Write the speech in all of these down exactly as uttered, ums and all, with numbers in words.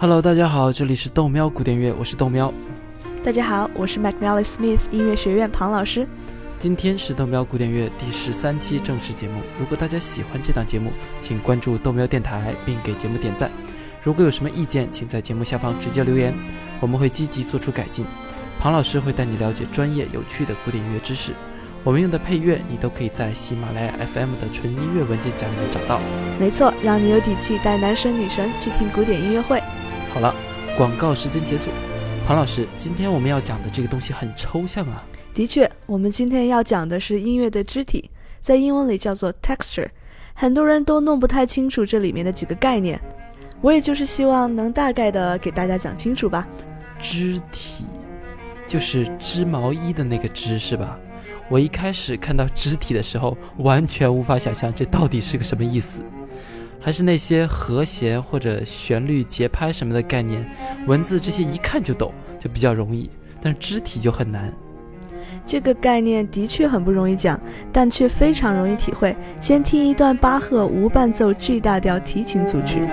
Hello， 大家好，这里是豆喵古典乐，我是豆喵。 大家好，我是 McNally Smith 音乐学院庞老师。 今天是豆喵古典乐第十三期正式节目。如果大家喜欢这档节目，请关注豆喵电台并给节目点赞。如果有什么意见，请在节目下方直接留言，我们会积极做出改进。庞老师会带你了解专业有趣的古典音乐知识。我们用的配乐你都可以在喜马拉雅 F M 的纯音乐文件夹里面找到。 没错，让你有底气带男神女神去听古典音乐会。 好了，广告时间结束。庞老师，今天我们要讲的这个东西很抽象啊。 的确，我们今天要讲的是音乐的肢体，在英文里叫做 texture， 很多人都弄不太清楚这里面的几个概念，我也就是希望能大概的给大家讲清楚吧。 肢体就是织毛衣的那个织是吧？我一开始看到肢体的时候完全无法想象这到底是个什么意思，还是那些和弦或者旋律节拍什么的概念，文字这些一看就懂，就比较容易，但是肢体就很难。 这个概念的确很不容易讲，但却非常容易体会。先听一段巴赫无伴奏 G 大调提琴组曲。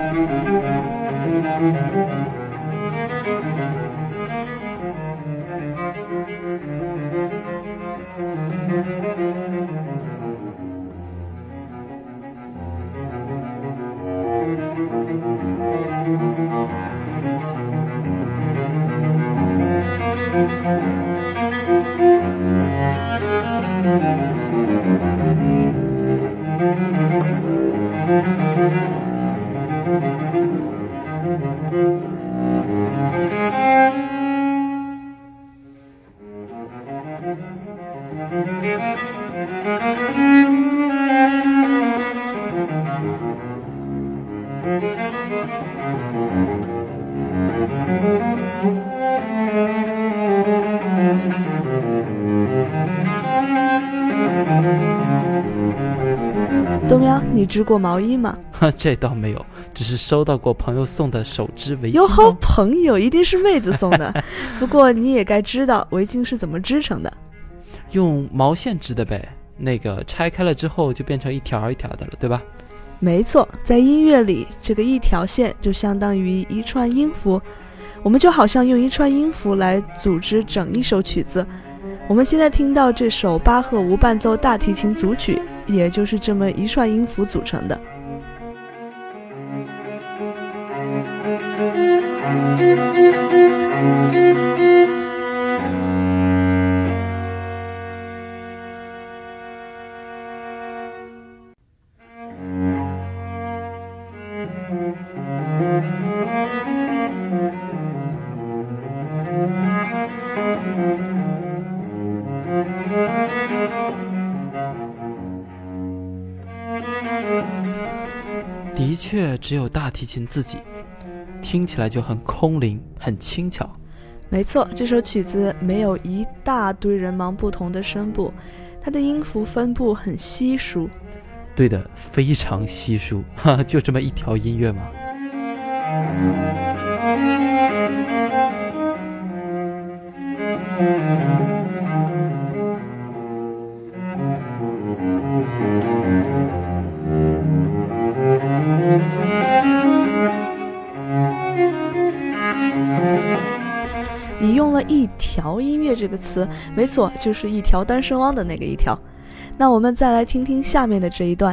豆喵，你织过毛衣吗？ 这倒没有，只是收到过朋友送的手织围巾。 哟吼，朋友一定是妹子送的。不过你也该知道围巾是怎么织成的。 用毛线织的呗，那个拆开了之后就变成一条一条的了，对吧？ 没错，在音乐里，这个一条线就相当于一串音符，我们就好像用一串音符来组织整一首曲子。我们现在听到这首巴赫无伴奏大提琴组曲，也就是这么一串音符组成的。 的确只有大提琴自己，听起来就很空灵很轻巧。 没错，这首曲子没有一大堆人忙不同的声部，它的音符分布很稀疏。 对的，非常稀疏，哈，就这么一条音乐吗？ 你用了一条音乐这个词，没错，就是一条单声汪的那个一条。那我们再来听听下面的这一段。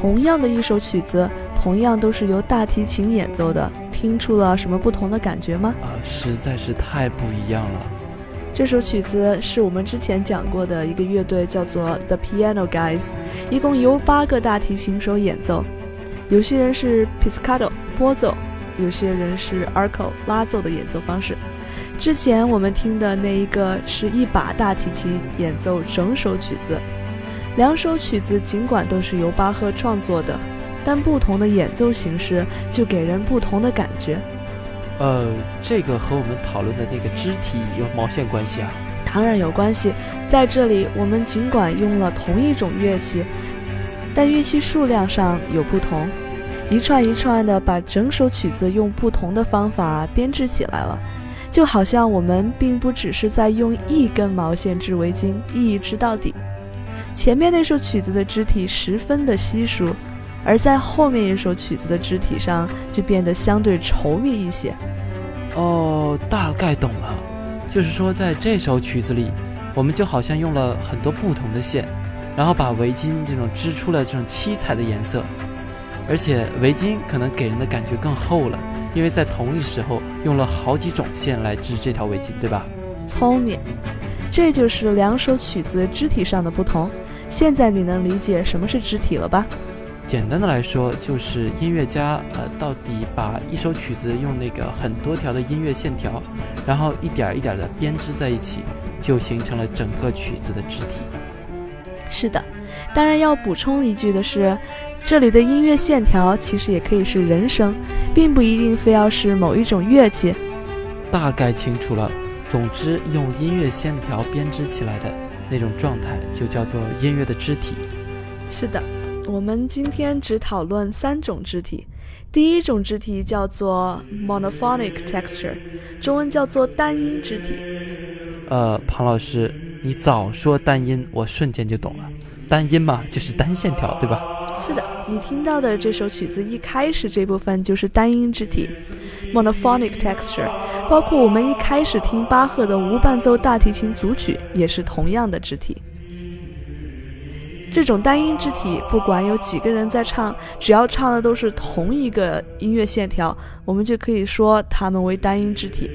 同样的一首曲子，同样都是由大提琴演奏的，听出了什么不同的感觉吗？ 啊，实在是太不一样了。 这首曲子是我们之前讲过的一个乐队，叫做 The Piano Guys， 一共由八个大提琴手演奏，有些人是 pizzicato 拨奏，有些人是 arco 拉奏的演奏方式。之前我们听的那一个是一把大提琴演奏整首曲子。两首曲子尽管都是由巴赫创作的，但不同的演奏形式就给人不同的感觉。 呃，这个和我们讨论的那个肢体有毛线关系啊？ 当然有关系。在这里我们尽管用了同一种乐器，但乐器数量上有不同，一串一串的把整首曲子用不同的方法编织起来了，就好像我们并不只是在用一根毛线织围巾，一织到底。前面那首曲子的肢体十分的稀疏，而在后面一首曲子的肢体上就变得相对稠密一些。 哦，大概懂了，就是说在这首曲子里，我们就好像用了很多不同的线，然后把围巾这种织出了这种七彩的颜色，而且围巾可能给人的感觉更厚了，因为在同一时候用了好几种线来织这条围巾，对吧？ 聪明，这就是两首曲子肢体上的不同。现在你能理解什么是肢体了吧？ 简单的来说，就是音乐家呃，到底把一首曲子用那个很多条的音乐线条，然后一点一点的编织在一起，就形成了整个曲子的肢体。 是的，当然要补充一句的是，这里的音乐线条其实也可以是人声，并不一定非要是某一种乐器。 大概清楚了。总之，用音乐线条编织起来的那种状态，就叫做音乐的肢体。 是的，我们今天只讨论三种肢体。第一种肢体叫做 monophonic texture， 中文叫做单音肢体。 呃，庞老师，你早说单音，我瞬间就懂了。单音嘛，就是单线条，对吧？ 是的，你听到的这首曲子一开始这部分就是单音肢体 monophonic texture， 包括我们一开始听巴赫的无伴奏大提琴组曲也是同样的肢体。这种单音肢体不管有几个人在唱，只要唱的都是同一个音乐线条，我们就可以说它们为单音肢体。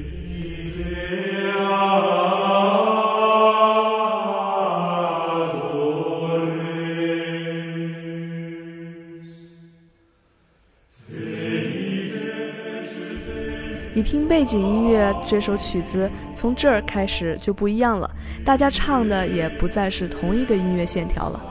你听背景音乐，这首曲子从这儿开始就不一样了，大家唱的也不再是同一个音乐线条了。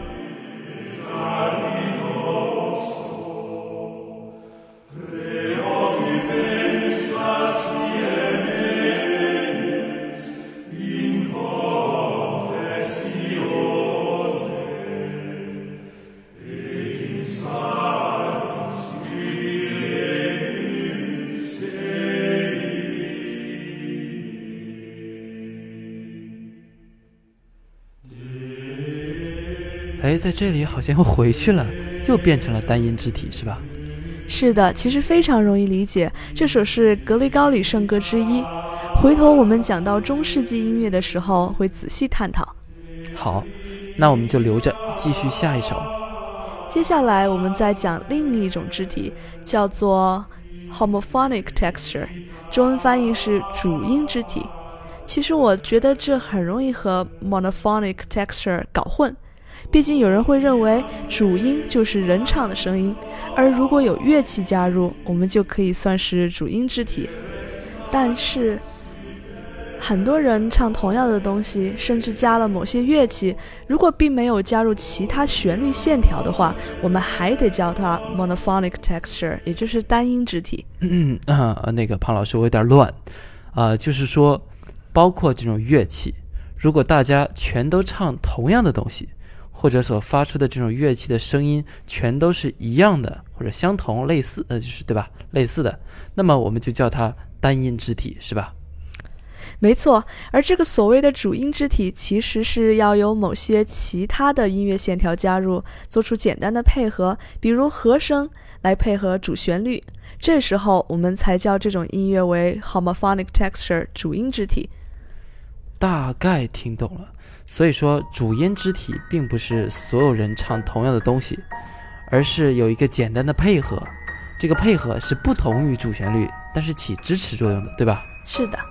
哎，在这里好像又回去了，又变成了单音肢体，是吧？ 是的，其实非常容易理解，这首是格里高里圣歌之一，回头我们讲到中世纪音乐的时候会仔细探讨。 好，那我们就留着继续下一首。 接下来我们再讲另一种肢体，叫做 homophonic texture， 中文翻译是主音肢体。其实我觉得这很容易和 monophonic texture 搞混，毕竟有人会认为主音就是人唱的声音，而如果有乐器加入，我们就可以算是主音肢体。但是很多人唱同样的东西，甚至加了某些乐器，如果并没有加入其他旋律线条的话，我们还得叫它 monophonic texture， 也就是单音肢体。 嗯啊，那个庞老师我有点乱啊、呃，就是说包括这种乐器，如果大家全都唱同样的东西，或者所发出的这种乐器的声音全都是一样的，或者相同类似呃，就是对吧？类似的，那么我们就叫它单音肢体，是吧？ 没错，而这个所谓的主音肢体其实是要有某些其他的音乐线条加入，做出简单的配合，比如和声来配合主旋律，这时候我们才叫这种音乐为 homophonic texture 主音肢体。 大概听懂了，所以说主音肢体并不是所有人唱同样的东西， 而是有一个简单的配合，这个配合是不同于主旋律，但是起支持作用的，对吧？ 是的。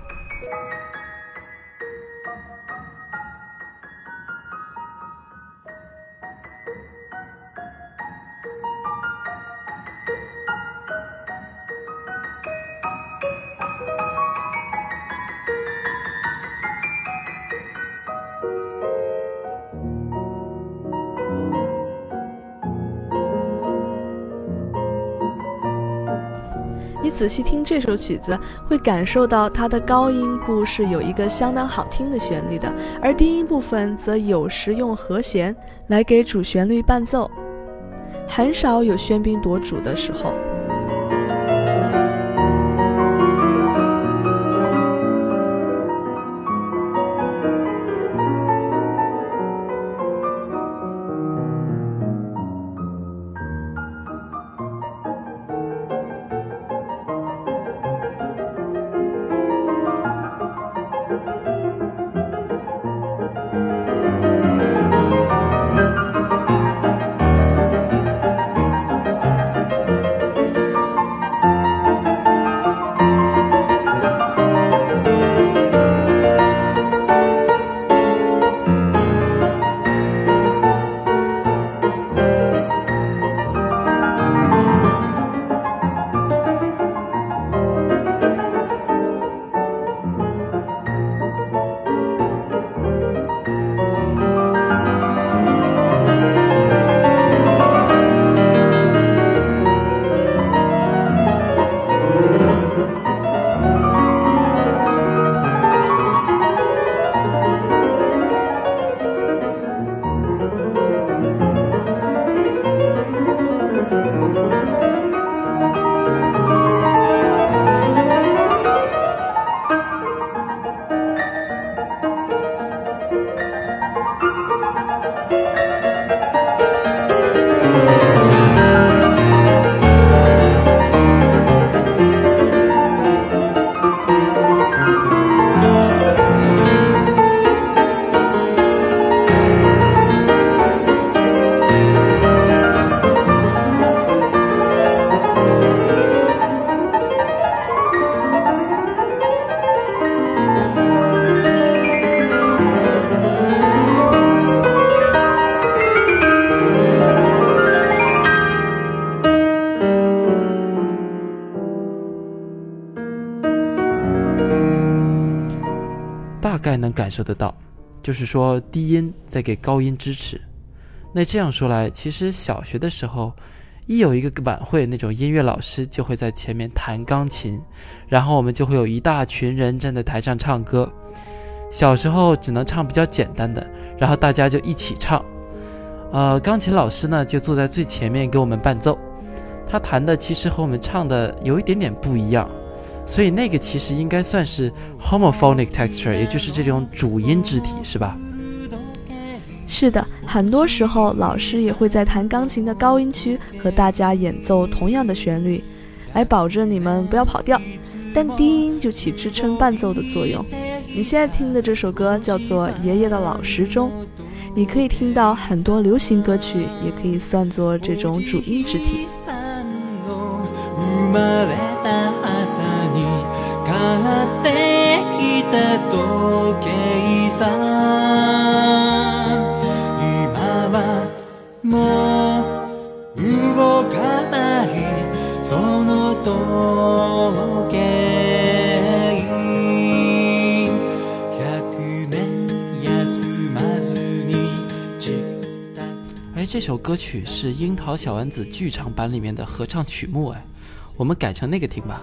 你仔细听这首曲子，会感受到它的高音部是有一个相当好听的旋律的，而低音部分则有时用和弦来给主旋律伴奏，很少有喧宾夺主的时候。 大概能感受得到，就是说低音在给高音支持。那这样说来，其实小学的时候一有一个晚会，那种音乐老师就会在前面弹钢琴，然后我们就会有一大群人站在台上唱歌。小时候只能唱比较简单的，然后大家就一起唱。呃，钢琴老师呢就坐在最前面给我们伴奏，他弹的其实和我们唱的有一点点不一样，所以那个其实应该算是 homophonic texture， 也就是这种主音肢体，是吧？ 是的，很多时候老师也会在弹钢琴的高音区和大家演奏同样的旋律，来保证你们不要跑调，但低音就起支撑伴奏的作用。你现在听的这首歌叫做《爷爷的老时钟》，你可以听到很多流行歌曲也可以算作这种主音肢体。 哎，这首歌曲是樱桃小丸子剧场版里面的合唱曲目，哎，我们改成那个听吧。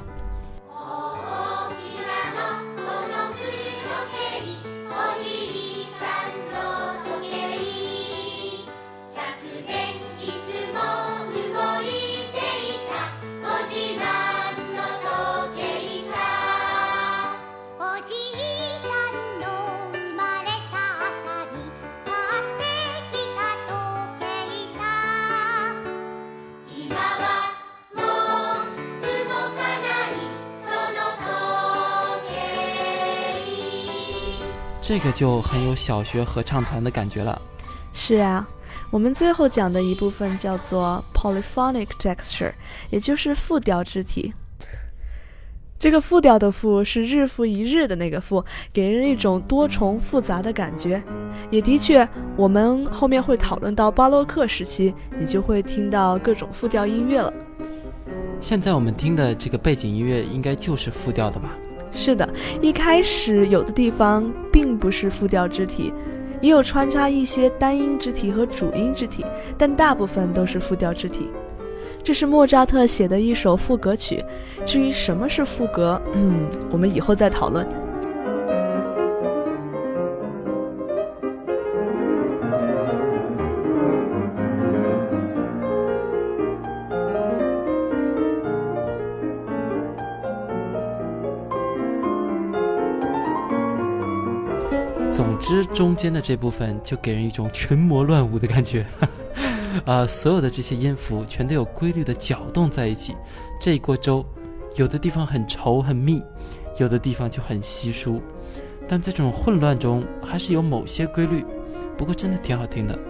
这个就很有小学合唱团的感觉了。 是啊， 我们最后讲的一部分叫做 polyphonic texture， 也就是复调肢体。这个复调的复是日复一日的那个复，给人一种多重复杂的感觉。也的确，我们后面会讨论到巴洛克时期，你就会听到各种复调音乐了。 现在我们听的这个背景音乐应该就是复调的吧？ 是的，一开始有的地方并不是复调肢体，也有穿插一些单音肢体和主音肢体，但大部分都是复调肢体。这是莫扎特写的一首赋格曲，至于什么是赋格，嗯，我们以后再讨论。 总之中间的这部分就给人一种群魔乱舞的感觉呃，所有的这些音符全都有规律的搅动在一起，这一锅粥有的地方很稠很密，有的地方就很稀疏，但在这种混乱中还是有某些规律，不过真的挺好听的。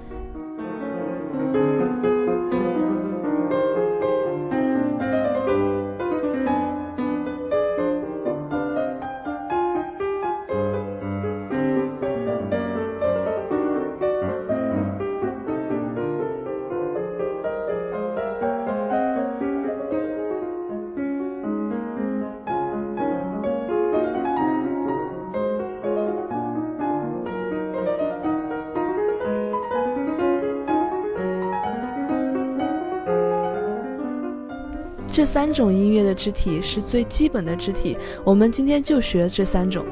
这三种音乐的肢体是最基本的肢体，我们今天就学这三种。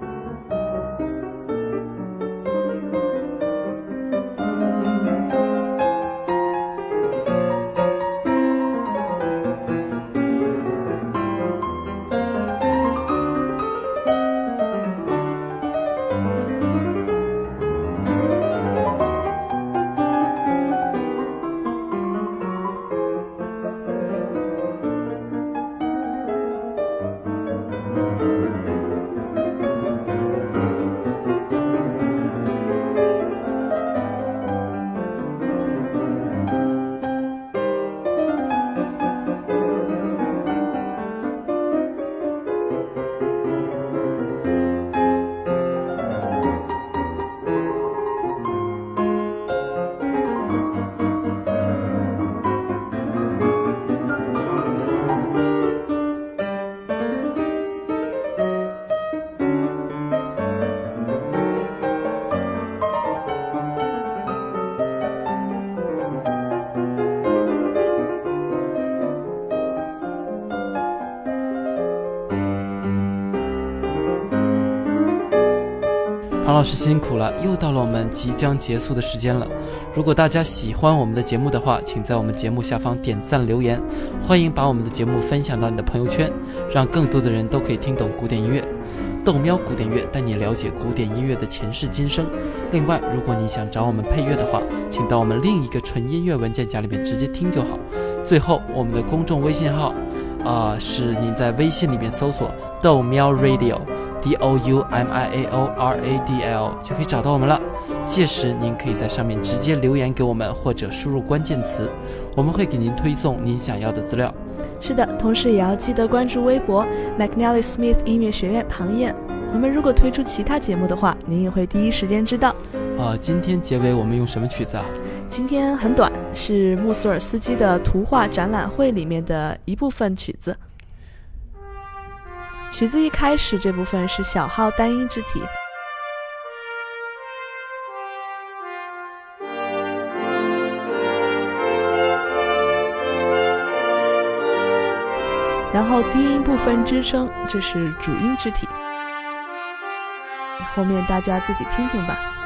庞老师辛苦了，又到了我们即将结束的时间了。如果大家喜欢我们的节目的话，请在我们节目下方点赞留言，欢迎把我们的节目分享到你的朋友圈，让更多的人都可以听懂古典音乐。豆喵古典乐带你了解古典音乐的前世今生。另外，如果你想找我们配乐的话，请到我们另一个纯音乐文件夹里面直接听就好。最后，我们的公众微信号呃，是您在微信里面搜索豆喵 radio D O U M I A O R A D L 就可以找到我们了。届时您可以在上面直接留言给我们，或者输入关键词，我们会给您推送您想要的资料。 是的，同时也要记得关注微博 McNally Smith 音乐学院庞燕。我们如果推出其他节目的话，您也会第一时间知道。 呃，今天结尾我们用什么曲子啊？ 今天很短，是穆索尔斯基的图画展览会里面的一部分曲子。曲子一开始这部分是小号单音肢体，然后低音部分支撑，这是主音肢体。后面大家自己听听吧。